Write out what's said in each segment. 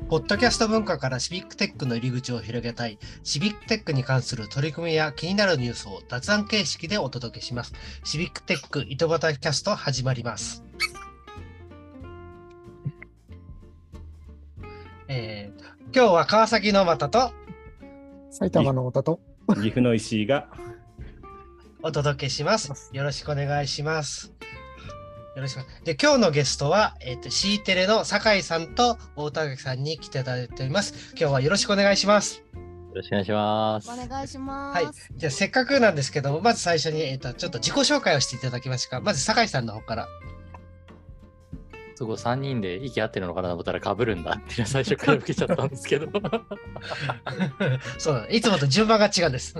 ポッドキャスト文化からシビックテックの入り口を広げたい、シビックテックに関する取り組みや気になるニュースを雑談形式でお届けします。シビックテック井戸端キャスト始まります。今日は川崎の又と埼玉の太田と岐阜の石井がお届けします。よろしくお願いします。よろしく。で、今日のゲストは、C テレの酒井さんと大田垣さんに来ていただいております。今日はよろしくお願いします。 よろしくお願いします。 お願いします。 はい。じゃあ、せっかくなんですけども、まず最初に、ちょっと自己紹介をしていただきますか。まず酒井さんの方から。 そこ3人で息合ってるのかなと思ったら被るんだっていう最初から受けちゃったんですけどそうだ、いつもと順番が違うんです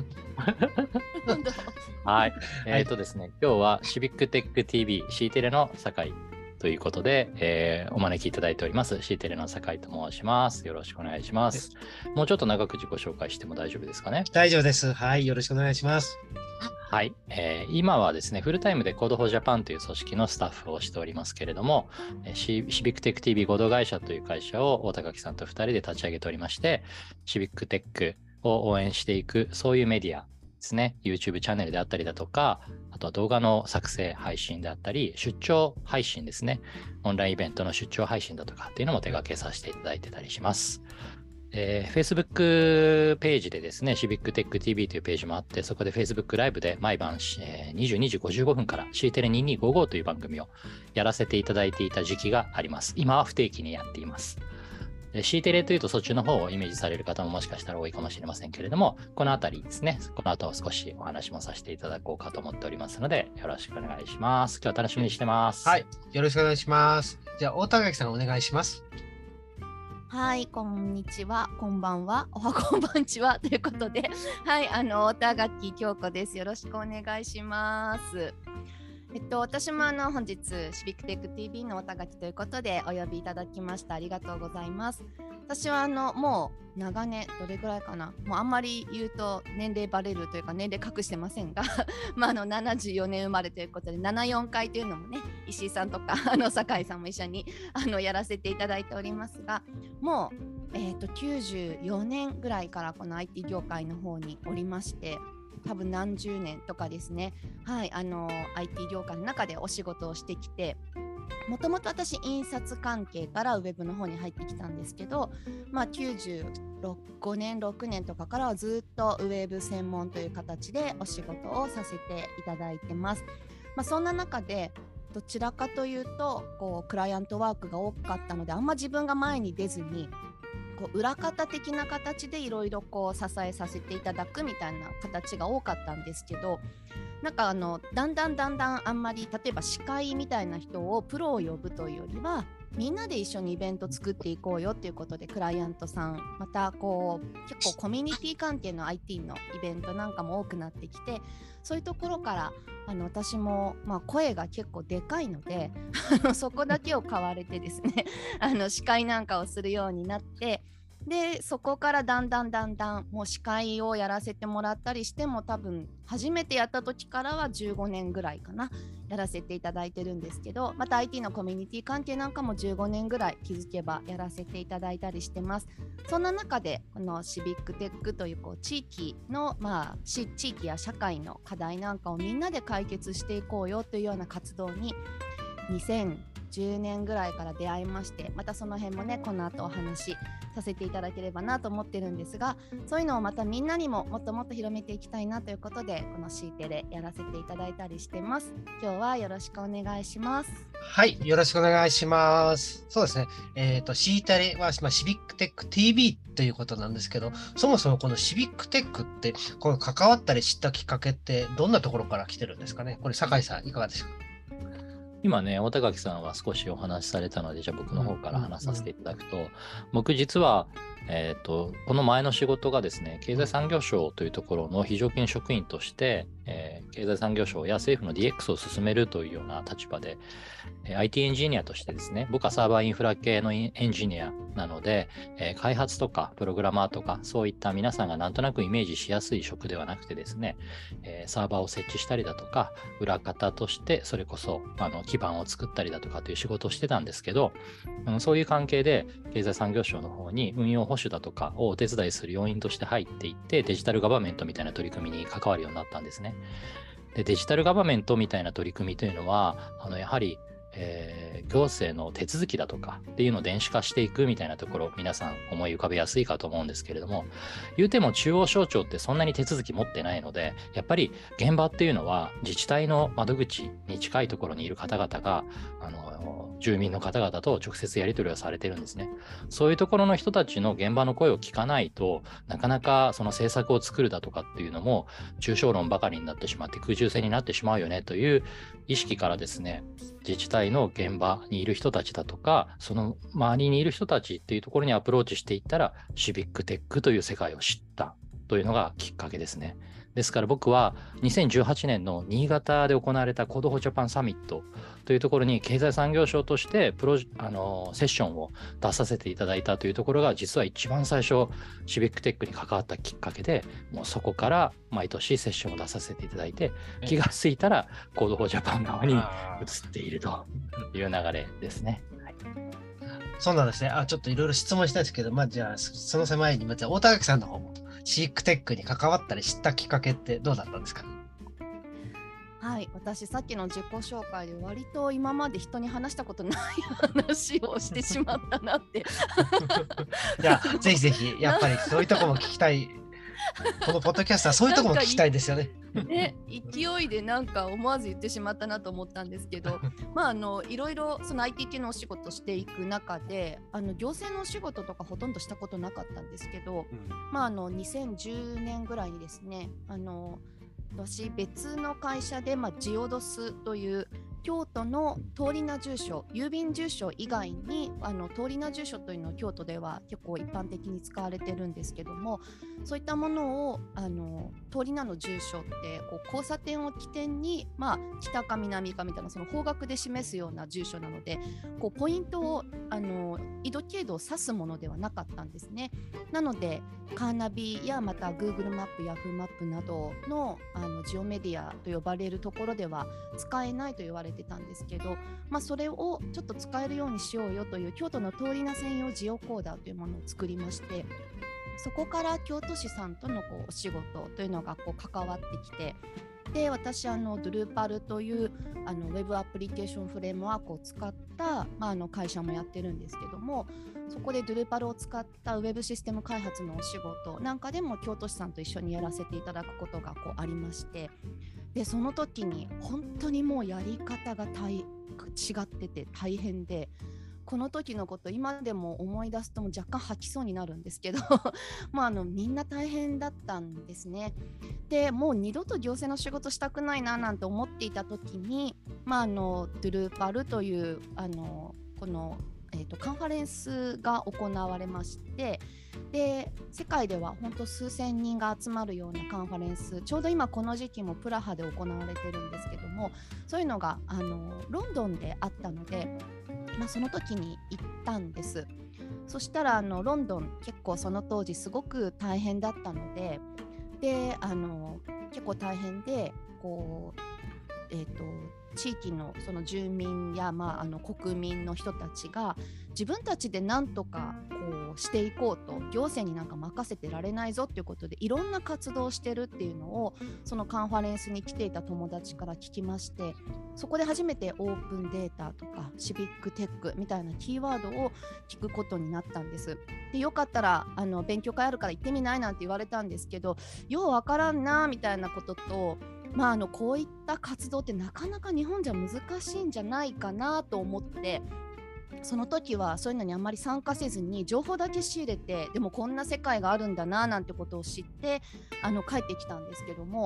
はい。ですね、今日はシビックテック TV C テレの酒井ということで、お招きいただいております C テレの酒井と申します。よろしくお願いします。もうちょっと長く自己紹介しても大丈夫ですかね。 大丈夫です。はい、よろしくお願いします。 はい、今はですね、フルタイムで Code for Japan という組織のスタッフをしておりますけれども、シビックテック TV 合同会社という会社を大高木さんと2人で立ち上げておりまして、シビックテックを応援していく、そういうメディアですね、YouTube チャンネルであったりだとか、あとは動画の作成配信であったり、出張配信ですね、オンラインイベントの出張配信だとかっていうのも手掛けさせていただいてたりします。Facebook ページでですね、シビックテック TV というページもあって、そこで Facebook ライブで毎晩、22時55分から C テレ2255という番組をやらせていただいていた時期があります。今は不定期にやっています。C テレというとそっちの方をイメージされる方ももしかしたら多いかもしれませんけれども、このあたりですね、この後少しお話もさせていただこうかと思っておりますので、よろしくお願いします。今日は楽しみにしてます。 はい、よろしくお願いします。じゃあ大高木さんお願いします。 はい、こんにちは、こんばんは、おはこんばんちはということで、はい、大田垣京子です。よろしくお願いします。私も本日シビックテック TV の大田垣ということでお呼びいただきました。ありがとうございます。私はもう長年どれぐらいかな、もうあんまり言うと年齢バレるというか年齢隠してませんが74年生まれということで74回というのもね、石井さんとか酒井さんも一緒にやらせていただいておりますが、もう、94年ぐらいからこの IT 業界の方におりまして、多分何十年とかですね、はい、IT 業界の中でお仕事をしてきて、もともと私印刷関係からウェブの方に入ってきたんですけど、95年6年とかからはずっとウェブ専門という形でお仕事をさせていただいてます。そんな中でどちらかというとクライアントワークが多かったので、あんま自分が前に出ずに裏方的な形でいろいろ支えさせていただくみたいな形が多かったんですけど、なんかだんだんあんまり、例えば司会みたいな人をプロを呼ぶというよりは、みんなで一緒にイベント作っていこうよっていうことで、クライアントさんまた結構コミュニティ関係の IT のイベントなんかも多くなってきて、そういうところから私も声が結構でかいのでそこだけを買われてですね司会なんかをするようになって、でそこからだんだんもう司会をやらせてもらったりしても、多分初めてやった時からは15年ぐらいかな、やらせていただいてるんですけど、また IT のコミュニティ関係なんかも15年ぐらい気づけばやらせていただいたりしてます。そんな中でこのシビックテックという地域の、地域や社会の課題なんかをみんなで解決していこうよというような活動に2010年ぐらいから出会いまして、またその辺もねこの後お話しさせていただければなと思ってるんですが、そういうのをまたみんなにももっともっと広めていきたいなということで、この C テレやらせていただいたりしてます。今日はよろしくお願いします。 はい、よろしくお願いします。そうですね、C テレは、シビックテック TV ということなんですけど、そもそもこのシビックテックってこの関わったり知ったきっかけってどんなところから来てるんですかね。これ酒井さんいかがですか。 今ね、大高木さんは少しお話しされたので、じゃあ僕の方から話させていただくと、僕実は、この前の仕事がですね、経済産業省というところの非常勤職員として、 経済産業省や政府の DX を進めるというような立場で、IT エンジニアとしてですね、僕はサーバーインフラ系のエンジニアなので、開発とかプログラマーとかそういった皆さんがなんとなくイメージしやすい職ではなくてですね、サーバーを設置したりだとか、裏方としてそれこそ基盤を作ったりだとかという仕事をしてたんですけど、そういう関係で経済産業省の方に運用保守だとかをお手伝いする要員として入っていって、デジタルガバメントみたいな取り組みに関わるようになったんですね。で、デジタルガバメントみたいな取り組みというのは、やはり行政の手続きだとかっていうのを電子化していくみたいなところ、皆さん思い浮かべやすいかと思うんですけれども、言うても中央省庁ってそんなに手続き持ってないので、やっぱり現場っていうのは自治体の窓口に近いところにいる方々が住民の方々と直接やり取りをされてるんですね。そういうところの人たちの現場の声を聞かないと、なかなかその政策を作るだとかっていうのも抽象論ばかりになってしまって空中戦になってしまうよねという意識からですね、自治体の現場にいる人たちだとか、その周りにいる人たちっていうところにアプローチしていったら、シビックテックという世界を知ったというのがきっかけですね。ですから僕は2018年の新潟で行われたコードフォージャパンサミットというところに経済産業省としてセッションを出させていただいたというところが、実は一番最初シビックテックに関わったきっかけで、もうそこから毎年セッションを出させていただいて、気がついたらコードフォージャパン側に移っているという流れですね。はい、 そうなんですね。ちょっといろいろ質問したいですけど、じゃあその前に、大田垣さんの方もシビックテックに関わったり知ったきっかけってどうだったんですか？ はい、私さっきの自己紹介で割と今まで人に話したことない話をしてしまったなっていや、ぜひぜひやっぱりそういうとこも聞きたいこのポッドキャストはそういうとこも聞きたいですよね。 ね、勢いでなんか思わず言ってしまったなと思ったんですけど、いろいろその IT 系のお仕事していく中で行政のお仕事とかほとんどしたことなかったんですけど、2010年ぐらいにですね、私別の会社で、ジオドスという京都の通り名住所、郵便住所以外に通り名住所というのを京都では結構一般的に使われてるんですけども、そういったものを通り名の住所ってこう交差点を起点に、北か南かみたいなその方角で示すような住所なので、こうポイントを緯度経度を指すものではなかったんですね。なのでカーナビやまた Google マップ、Yahoo マップなどのジオメディアと呼ばれるところでは使えないと言われてたんですけど、それをちょっと使えるようにしようよという京都の通り名専用ジオコーダーというものを作りまして、そこから京都市さんとのお仕事というのが関わってきて、で私ドルーパルというウェブアプリケーションフレームワークを使った、会社もやってるんですけども、そこでドゥルーパルを使ったウェブシステム開発のお仕事なんかでも京都市さんと一緒にやらせていただくことがありまして、でその時に本当にもうやり方が違ってて大変で、この時のこと今でも思い出すとも若干吐きそうになるんですけどみんな大変だったんですね。でもう二度と行政の仕事したくないななんて思っていた時に、ドゥルーパルというこのカンファレンスが行われまして、で世界では本当数千人が集まるようなカンファレンス、ちょうど今この時期もプラハで行われてるんですけども、そういうのがロンドンであったので、その時に行ったんです。そしたらロンドン結構その当時すごく大変だったので、結構大変で地域のその住民や、国民の人たちが自分たちで何とかしていこうと、行政になんか任せてられないぞっていうことでいろんな活動をしてるっていうのをそのカンファレンスに来ていた友達から聞きまして、そこで初めてオープンデータとかシビックテックみたいなキーワードを聞くことになったんです。でよかったら勉強会あるから行ってみないなんて言われたんですけど、ようわからんなみたいなことと、こういった活動ってなかなか日本じゃ難しいんじゃないかなと思って、その時はそういうのにあんまり参加せずに情報だけ仕入れて、でもこんな世界があるんだななんてことを知って帰ってきたんですけども、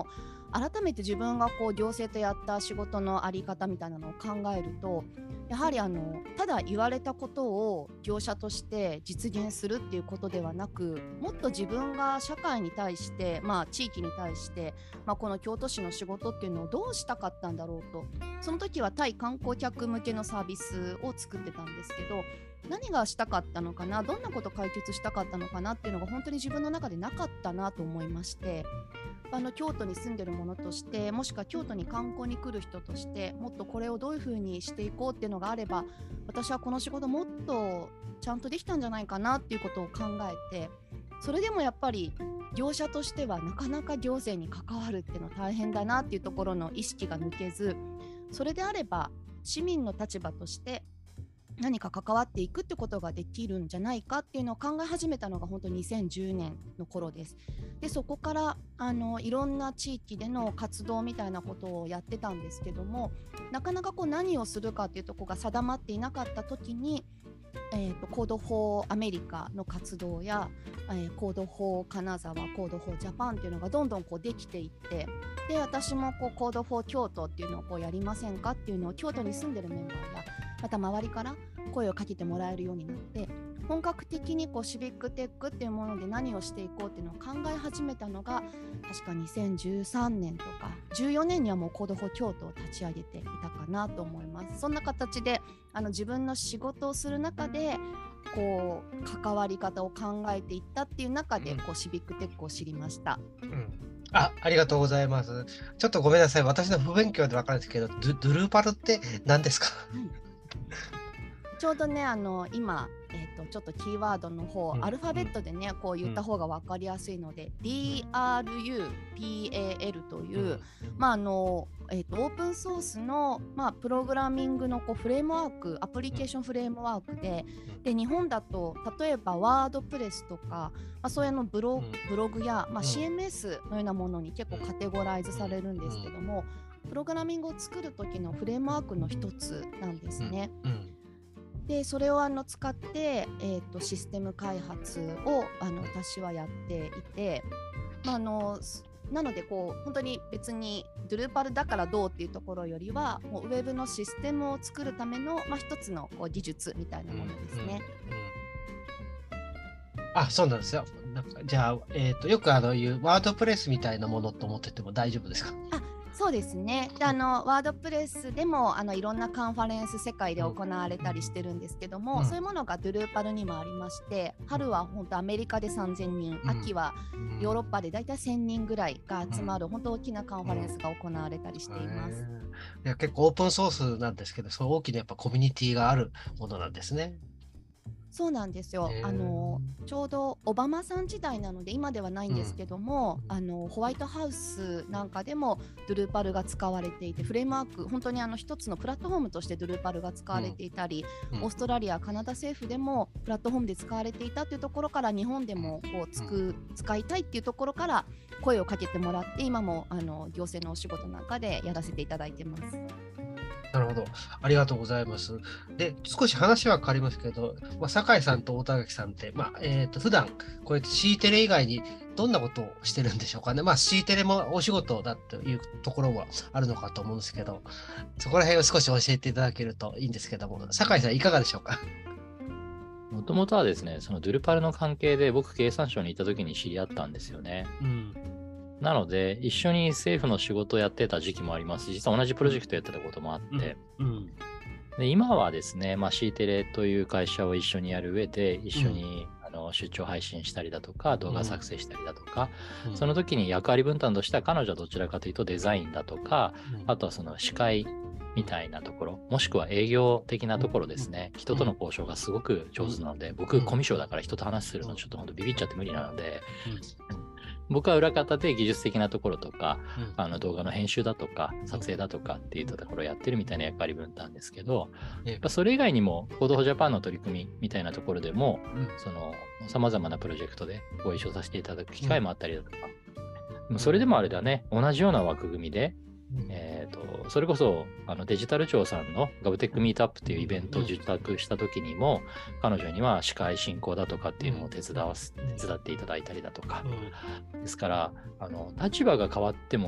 改めて自分がこう行政とやった仕事の在り方みたいなのを考えると、やはりただ言われたことを業者として実現するっていうことではなく、もっと自分が社会に対して、地域に対して、この京都市の仕事っていうのをどうしたかったんだろうと。その時は対観光客向けのサービスを作ってたんですけど、何がしたかったのかな、どんなことを解決したかったのかなっていうのが本当に自分の中でなかったなと思いまして、京都に住んでるものとして、もしくは京都に観光に来る人として、もっとこれをどういうふうにしていこうっていうのがあれば、私はこの仕事もっとちゃんとできたんじゃないかなっていうことを考えて、それでもやっぱり業者としてはなかなか行政に関わるっていうのは大変だなっていうところの意識が抜けず、それであれば市民の立場として何か関わっていくってことができるんじゃないかっていうのを考え始めたのが本当に2010年の頃です。でそこからいろんな地域での活動みたいなことをやってたんですけども、なかなかこう何をするかっていうところが定まっていなかった時に、コードフォーアメリカの活動や、コードフォー金沢、コードフォージャパンっていうのがどんどんこうできていって、で私もこうコードフォー京都っていうのをこうやりませんかっていうのを京都に住んでるメンバーやまた周りから声をかけてもらえるようになって、本格的にこうシビックテックっていうもので何をしていこうっていうのを考え始めたのが確か2013年とか14年にはもうコードフォー京都を立ち上げていたかなと思います。そんな形で自分の仕事をする中でこう関わり方を考えていったっていう中でこうシビックテックを知りました。 ありがとうございます。ちょっとごめんなさい。私の不勉強で分かるんですけど、ドゥルーパルって何ですか？ ちょうどね、今、ちょっとキーワードの方、アルファベットでね、こう言った方が分かりやすいので、DRUPAL という、オープンソースの、プログラミングのこうフレームワーク、アプリケーションフレームワークで、日本だと、例えばワードプレスとか、そういうブログや、CMS のようなものに結構カテゴライズされるんですけども、プログラミングを作る時のフレームワークの一つなんですね。でそれを使って、システム開発を私はやっていて、なのでこう本当に別にドゥルーパルだからどうっていうところよりはもうウェブのシステムを作るための、一つのこう技術みたいなものですね。 そうなんですよ。じゃあ、よく言うワードプレスみたいなものと思ってても大丈夫ですか？ そうですね。でワードプレスでもいろんなカンファレンス世界で行われたりしてるんですけども、そういうものがドゥルーパルにもありまして、春は本当アメリカで3000人、秋はヨーロッパでだいたい1000人ぐらいが集まる本当大きなカンファレンスが行われたりしています。 いや結構オープンソースなんですけど、そう大きなやっぱコミュニティがあるものなんですね。 そうなんですよ。ちょうどオバマさん時代なので今ではないんですけども、ホワイトハウスなんかでもドゥルーパルが使われていて、フレームワーク本当に一つのプラットフォームとしてドゥルーパルが使われていたり、オーストラリアカナダ政府でもプラットフォームで使われていたというところから、日本でもこう使いたいっていうところから声をかけてもらって、今も行政のお仕事なんかでやらせていただいてます。 なるほど。ありがとうございます。で、少し話は変わりますけど、酒井さんと大田垣さんって、普段こうやって C テレ以外にどんなことをしてるんでしょうかね。C テレもお仕事だというところはあるのかと思うんですけど、そこら辺を少し教えていただけるといいんですけども、酒井さんいかがでしょうか？ もともとはですね、そのドゥルパルの関係で僕経産省にいた時に知り合ったんですよね。なので一緒に政府の仕事をやってた時期もありますし、実は同じプロジェクトやってたこともあって、で今はですね、C テレという会社を一緒にやる上で一緒に、出張配信したりだとか動画作成したりだとか、その時に役割分担としては彼女はどちらかというとデザインだとか、あとはその司会みたいなところ、もしくは営業的なところですね。人との交渉がすごく上手なので、僕コミュ障だから人と話するのちょっと本当ビビっちゃって無理なので、僕は裏方で技術的なところとか、動画の編集だとか撮影だとかっていうところをやってるみたいな役割分担ですけど、やっぱそれ以外にもコードフォージャパンの取り組みみたいなところでも、その様々なプロジェクトでご一緒させていただく機会もあったりだとか、それでもあれだね、同じような枠組みで、それこそデジタル庁さんのガブテックミートアップっていうイベントを受託した時にも、彼女には司会進行だとかっていうのを手伝っていただいたりだとか、ですから立場が変わっても結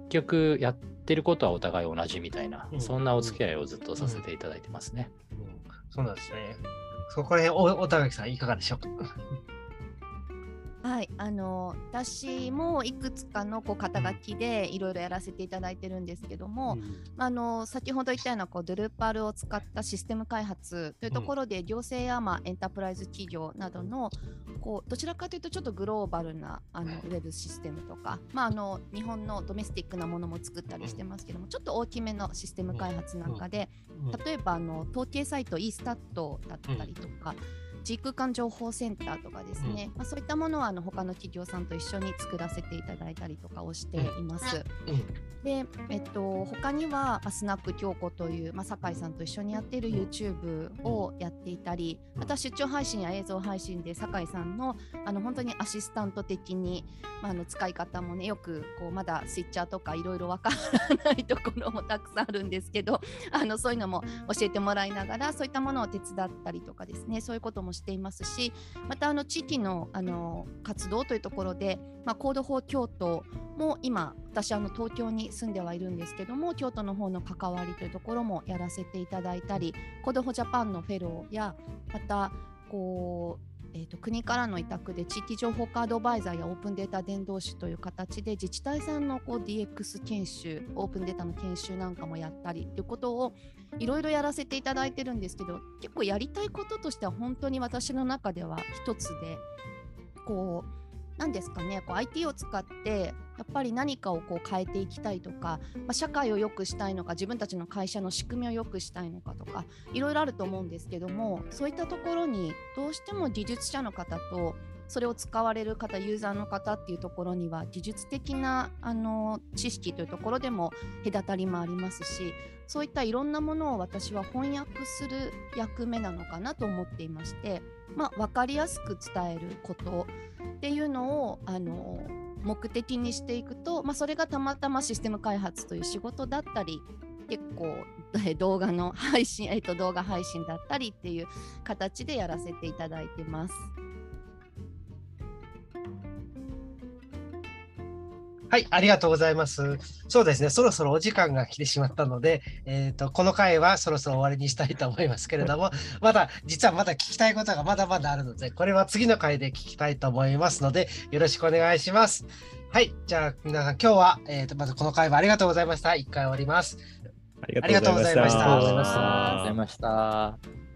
局やってることはお互い同じみたいな、 うんそんなお付き合いをずっとさせていただいてますね。 そうなんですね。そこら辺、お田垣さんいかがでしょうか。 はい、私もいくつかの肩書きでいろいろやらせていただいてるんですけども、先ほど言ったようなドゥルパルを使ったシステム開発というところで、行政やエンタープライズ企業などのどちらかというとちょっとグローバルなウェブシステムとか、日本のドメスティックなものも作ったりしてますけども、ちょっと大きめのシステム開発なんかで、例えば統計サイト e スタットだったりとか、時空間情報センターとかですね、そういったものは他の企業さんと一緒に作らせていただいたりとかをしています。で、他にはスナック京子という、酒井さんと一緒にやっている YouTube をやっていたり、また出張配信や映像配信で酒井さんの本当にアシスタント的に、使い方もね、よくまだスイッチャーとかいろいろわからないところもたくさんあるんですけど、そういうのも教えてもらいながら、そういったものを手伝ったりとかですね、そういうこともしていますし、また地域の、活動というところで、コードフォー京都も今私東京に住んではいるんですけども、京都の方の関わりというところもやらせていただいたり、コードフォージャパンのフェローや、また国からの委託で地域情報化アドバイザーやオープンデータ伝道師という形で自治体さんのDX 研修、オープンデータの研修なんかもやったりということをいろいろやらせていただいてるんですけど、結構やりたいこととしては本当に私の中では一つで、何ですかね、IT を使ってやっぱり何かを変えていきたいとか、社会を良くしたいのか、自分たちの会社の仕組みを良くしたいのかとか、いろいろあると思うんですけども、そういったところにどうしても技術者の方とそれを使われる方、ユーザーの方っていうところには技術的な知識というところでも隔たりもありますし、そういったいろんなものを私は翻訳する役目なのかなと思っていまして、分かりやすく伝えることっていうのを目的にしていくと、それがたまたまシステム開発という仕事だったり、結構動画の配信、動画配信だったりっていう形でやらせていただいてます。 はい、ありがとうございます。そうですね、そろそろお時間が来てしまったので、この回はそろそろ終わりにしたいと思いますけれども、実はまだ聞きたいことがまだまだあるので、これは次の回で聞きたいと思いますので、よろしくお願いします。はい、じゃあ皆さん今日は、まずこの回はありがとうございました。1回終わります。 ありがとうございました。 ありがとうございました。